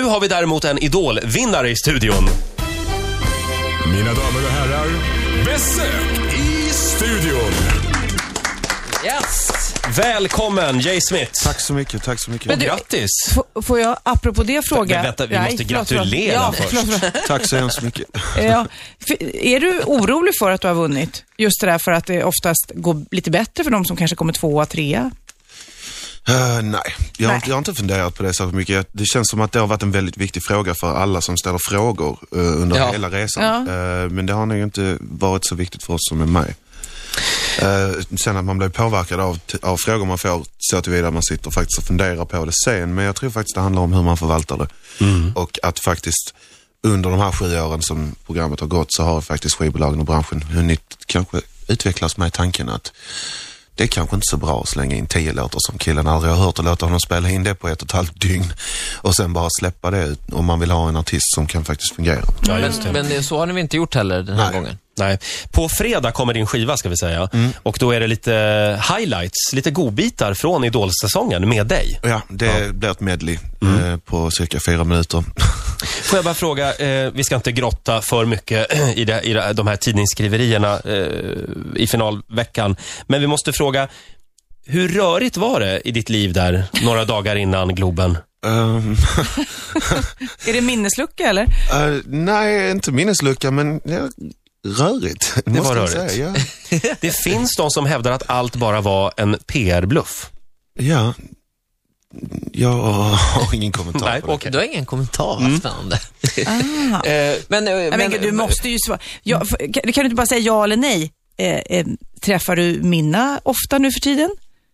har vi däremot en Idol-vinnare i studion. Mina damer och herrar, besök i studion. Yes! Välkommen, Jay Smith. Tack så mycket, tack så mycket. Men grattis. Får jag apropå det fråga? Men vänta, vi måste gratulera först. Tack så hemskt mycket. Ja. Är du orolig för att du har vunnit? Just det där för att det oftast går lite bättre för de som kanske kommer 2, 3? Nej, jag har inte funderat på det så mycket. Det känns som att det har varit en väldigt viktig fråga för alla som ställer frågor under hela resan. Ja. Men det har nog inte varit så viktigt för oss som är mig. Sen att man blir påverkad av frågor man får så tillvida man sitter faktiskt och funderar på det sen. Men jag tror faktiskt det handlar om hur man förvaltar det. Och att faktiskt under de här 7 åren som programmet har gått så har faktiskt skivbolagen och branschen hunnit kanske utvecklas med tanken att det är kanske inte så bra att slänga in 10 låtar som killen aldrig har hört och låta honom spela in det på 1,5 dygn och sen bara släppa det ut om man vill ha en artist som kan faktiskt fungera. Ja, men så har ni inte gjort heller den här gången. Nej. På fredag kommer din skiva, ska vi säga. Och då är det lite highlights, lite godbitar från Idol-säsongen med dig. Ja, det blir ett medley på cirka 4 minuter. Får jag bara fråga, vi ska inte grotta för mycket i de här tidningsskriverierna i finalveckan. Men vi måste fråga, hur rörigt var det i ditt liv där några dagar innan Globen? Är det minneslucka eller? Nej, inte minneslucka, men rörigt. Det var rörigt. Säga, ja. Det finns de som hävdar att allt bara var en PR-bluff. Ja. Jag har ingen kommentar. Nej, på det. Okay. Du har ingen kommentar. Men du måste ju svara. Kan du inte bara säga ja eller nej? Träffar du Minna ofta nu för tiden?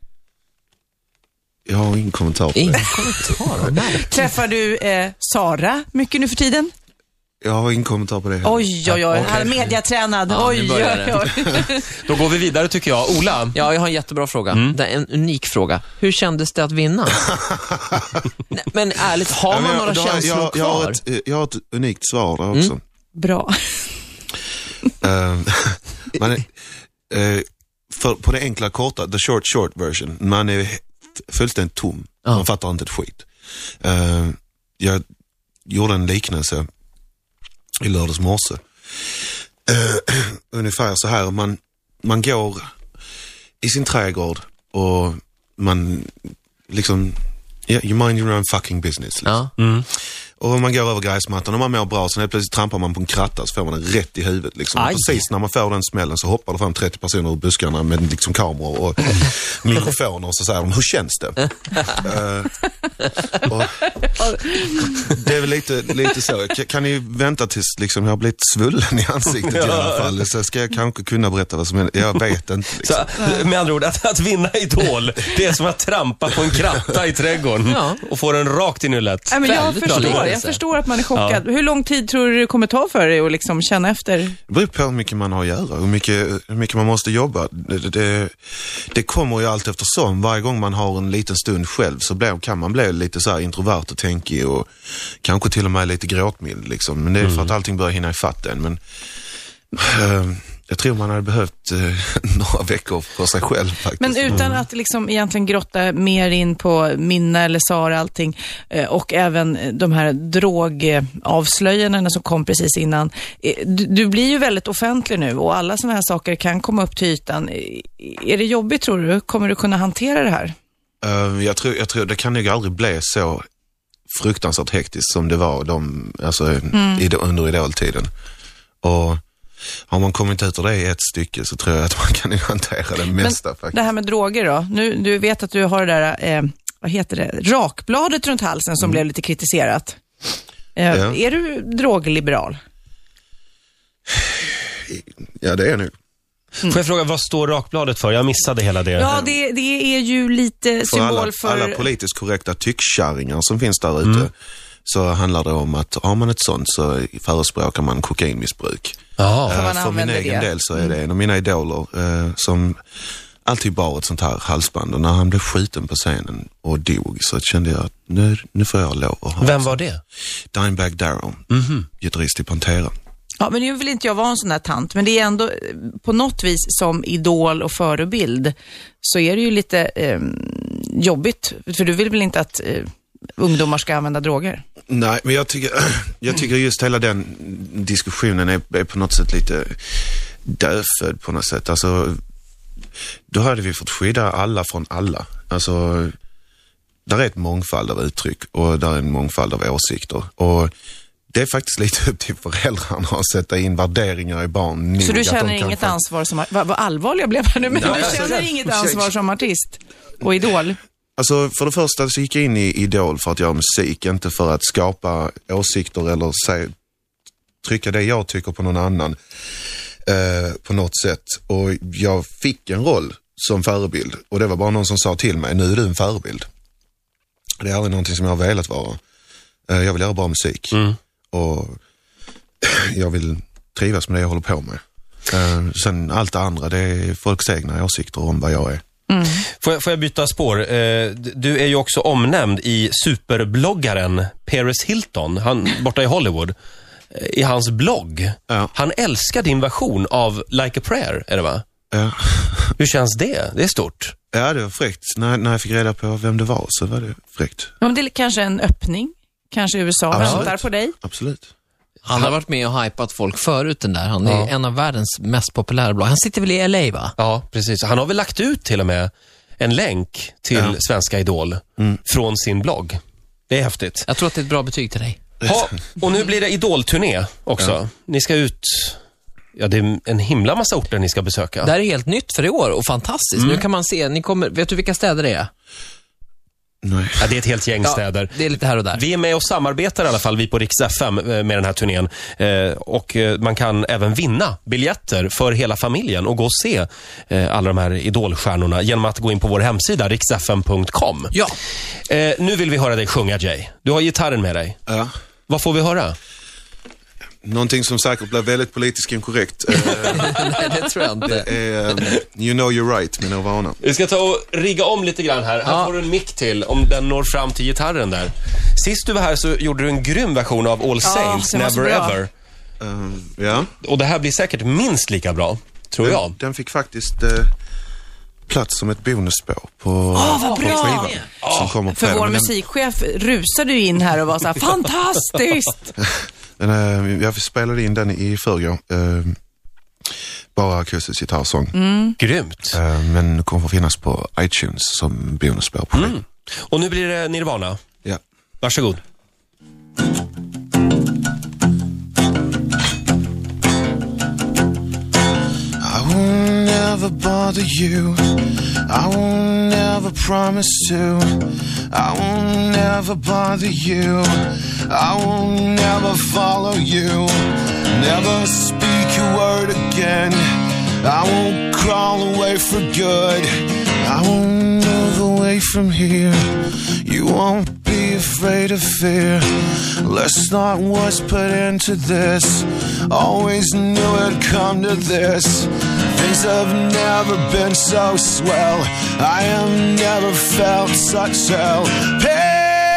Jag har ingen kommentar på det. Träffar du Sara mycket nu för tiden? Jag har ingen kommentar på det. Oj, han är mediatränad. Oj. Då går vi vidare tycker jag. Ola? Ja, jag har en jättebra fråga. Det är en unik fråga. Hur kändes det att vinna? Nej, men ärligt, har man några känslor kvar? Jag har ett unikt svar där också. Bra. För på det enkla korta, the short version, man är fullständigt tom. Man fattar inte ett skit. Jag gjorde en liknelse i lördags morse. Ungefär så här, man går i sin trädgård och man liksom you mind your own fucking business liksom. Och man går över gräsmattan och man mår bra, så helt plötsligt trampar man på en kratta så får man den rätt i huvudet liksom. Precis när man får den smällen så hoppar det fram 30 personer ur buskarna med liksom kameror och mikrofoner och så säger de, hur känns det? Och det är väl lite så. Kan ni vänta tills liksom jag har blivit svullen i ansiktet i alla fall, så ska jag kanske kunna berätta vad som händer. Jag vet inte liksom. Så, med andra ord, att vinna Idol, det är som att trampa på en kratta i trädgården och få den rakt i nyllet. Men jag förstår att man är chockad. Hur lång tid tror du det kommer ta för dig att liksom känna efter? Det beror på hur mycket man har att göra, hur mycket man måste jobba. Det kommer ju allt eftersom. Varje gång man har en liten stund själv så kan man bli lite så här introvert och tänkig och kanske till och med lite gråtmild liksom. Men det är för att allting börjar hinna ifatt en. Men jag tror man hade behövt några veckor för sig själv faktiskt. Men utan att liksom egentligen grotta mer in på Minna eller Sara allting, och även de här drogavslöjandena som kom precis innan. Du blir ju väldigt offentlig nu och alla såna här saker kan komma upp till ytan. Är det jobbigt, tror du? Kommer du kunna hantera det här? Jag tror det kan ju aldrig bli så fruktansvärt hektiskt som det var under idoltiden. Och har man kommit ut ur det i ett stycke så tror jag att man kan hantera det mesta. Men faktiskt. Det här med droger då? Nu, du vet att du har det där, vad heter det? Rakbladet runt halsen som blev lite kritiserat. Är du drogliberal? Ja, det är nu. Får jag fråga, vad står rakbladet för? Jag missade hela det. Ja, det är ju lite symbol för alla politiskt korrekta tyckkärringar som finns där ute. Så handlar det om att har man ett sånt så förespråkar man kokainmissbruk. För min egen del så är det en av mina idoler som alltid bar ett sånt här halsband. Och när han blev skjuten på scenen och dog så kände jag att nu får jag lov att ha. Vem var det? Dimebag Darrell, gitarrist i Pantera. Ja, men nu vill inte jag vara en sån där tant, men det är ändå på något vis som idol och förebild så är det ju lite jobbigt, för du vill väl inte att ungdomar ska använda droger? Nej, men jag tycker just hela den diskussionen är på något sätt lite dödfödd på något sätt. Alltså, då hade vi fått skydda alla från alla. Alltså, där är ett mångfald av uttryck och där är en mångfald av åsikter. Och det är faktiskt lite upp till föräldrarna att sätta in värderingar i barn. Så du känner inget ansvar som... Vad allvarliga blev jag nu, men du känner inget ansvar som artist och idol? Alltså, för det första så gick jag in i Idol för att göra musik, inte för att skapa åsikter eller trycka det jag tycker på någon annan på något sätt. Och jag fick en roll som förebild och det var bara någon som sa till mig, nu är du en förebild. Det är aldrig någonting som jag har velat vara. Jag vill göra bra musik och jag vill trivas med det jag håller på med. Sen allt det andra, det är folks egna åsikter om vad jag är. Får jag byta spår? Du är ju också omnämnd i superbloggaren Paris Hilton, han borta i Hollywood, i hans blogg. Ja. Han älskar din version av Like a Prayer, är det va? Ja. Hur känns det? Det är stort. Ja, det var fräckt. När jag fick reda på vem det var så var det fräckt. Ja, men det är kanske en öppning. Kanske USA väntar på dig. Absolut. Han har varit med och hypat folk förut den där. Han är en av världens mest populära blogg. Han sitter väl i LA, va? Ja, precis. Han har väl lagt ut till och med en länk till Svenska Idol från sin blogg. Det är häftigt. Jag tror att det är ett bra betyg till dig. Och nu blir det Idol-turné också. Ja. Ni ska ut... Ja, det är en himla massa orter ni ska besöka. Det här är helt nytt för i år och fantastiskt. Nu kan man se, vet du vilka städer det är? Nej. Ja, det är ett helt gäng städer. Det är lite här och där. Vi är med och samarbetar i alla fall, vi på Rix FM med den här turnén. Och man kan även vinna biljetter för hela familjen och gå och se alla de här idolstjärnorna genom att gå in på vår hemsida, rixfm.com. Ja. Nu vill vi höra dig sjunga, Jay. Du har gitarren med dig. Ja. Vad får vi höra? Någonting som säkert blev väldigt politiskt inkorrekt. Nej, det tror jag inte. Det är You Know You're Right med Nirvana. Vi ska ta och rigga om lite grann här. Här får du en mick till, om den når fram till gitarren där. Sist du var här så gjorde du en grym version av All Saints, Never Ever. Ja. Och det här blir säkert minst lika bra, tror jag. Den fick faktiskt plats som ett bonusspår på skivan som kommer på för vår musikchef rusade ju in här och var så här, fantastiskt! Jag spelade in den i förrgår. Bara akustisk gitarrsång. Grymt. Men kommer att finnas på iTunes som bonusspår på skivan. Och nu blir det Nirvana. Ja. Varsågod. I will never bother you. I will never promise to. I will never bother you. I will never follow you. Never speak a word again. I won't crawl away for good. I won't move away from here. You won't be afraid of fear. Less thought was put into this. Always knew it'd come to this. Things have never been so swell. I have never felt such hell. Pain.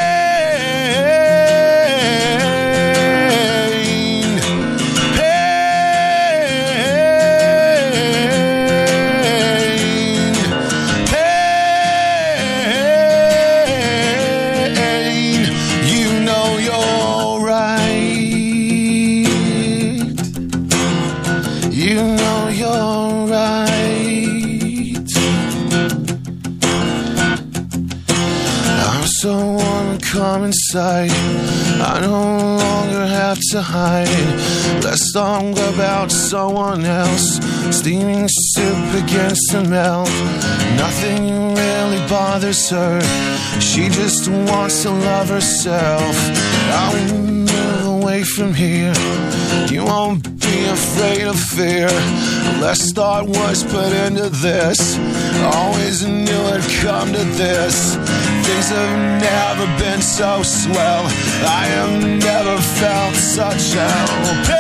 Come inside. I no longer have to hide. Let's talk about someone else. Steaming soup against the melt. Nothing really bothers her. She just wants to love herself. I will move away from here. You won't be afraid of fear. Less thought was put into this. Always knew it'd come to this. Things have never been so swell. I have never felt such hell. Pain.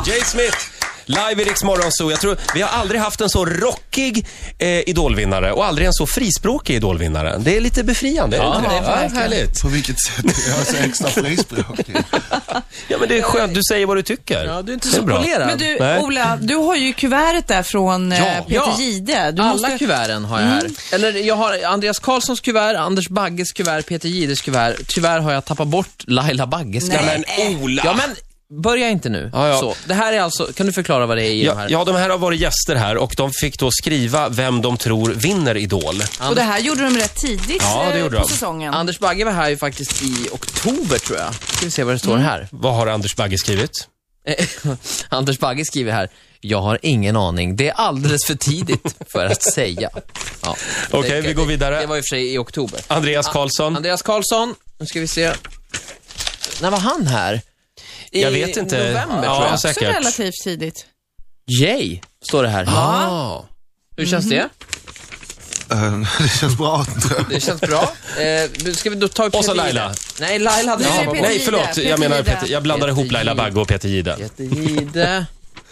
Jay Smith, live i Rix Morgonzoo. Jag tror vi har aldrig haft en så rockig idolvinnare och aldrig en så frispråkig idolvinnare. Det är lite befriande. Ja, det är härligt. På vilket sätt är jag så extra frispråkig? Ja, men det är skönt. Du säger vad du tycker. Ja, du är inte så polerad. Men du, Ola, du har ju kuvertet där från Peter Jihde. Alla kuverten har jag här. Eller jag har Andreas Karlssons kuvert, Anders Bagges kuvert, Peter Jihdes kuvert. Tyvärr har jag tappat bort Laila Bagges kuvert. Men Ola! Ja, men börja inte nu. Ja. Så, det här är alltså, kan du förklara vad det är i de här? Ja, de här har varit gäster här och de fick då skriva vem de tror vinner Idol. Och det här gjorde de rätt tidigt på säsongen. Anders Bagge var här ju faktiskt i oktober, tror jag. Ska vi se vad det står här. Vad har Anders Bagge skrivit? Anders Bagge skriver här: jag har ingen aning. Det är alldeles för tidigt för att säga. Ja, Okej, vi går vidare. Det var i och för sig i oktober. Andreas Karlsson. Andreas Karlsson, nu ska vi se. När var han här? Jag vet inte. November, tror jag. Säkert. Så relativt tidigt. Jay, står det här. Ja. Hur känns det? Det känns bra. Det känns bra. Ska vi då ta upp Och så Laila. Nej, Laila. Nej, förlåt. Jag menar Peter. Jag blandar ihop Laila Bagge och Peter Jihde. Peter Jihde.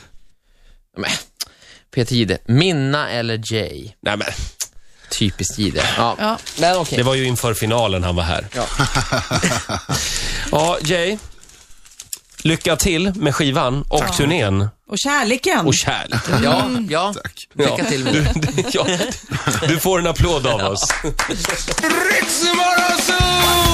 Peter Jihde. Minna eller Jay? Nej, men. Typiskt Jihde. Ja. Men okej. Det var ju inför finalen han var här. Ja. Ja, Jay. Lycka till med skivan och turnén. Och kärleken. Och kärleken. Ja. Tack. Lycka till med det. Du får en applåd av oss. Rix Morgonzoo!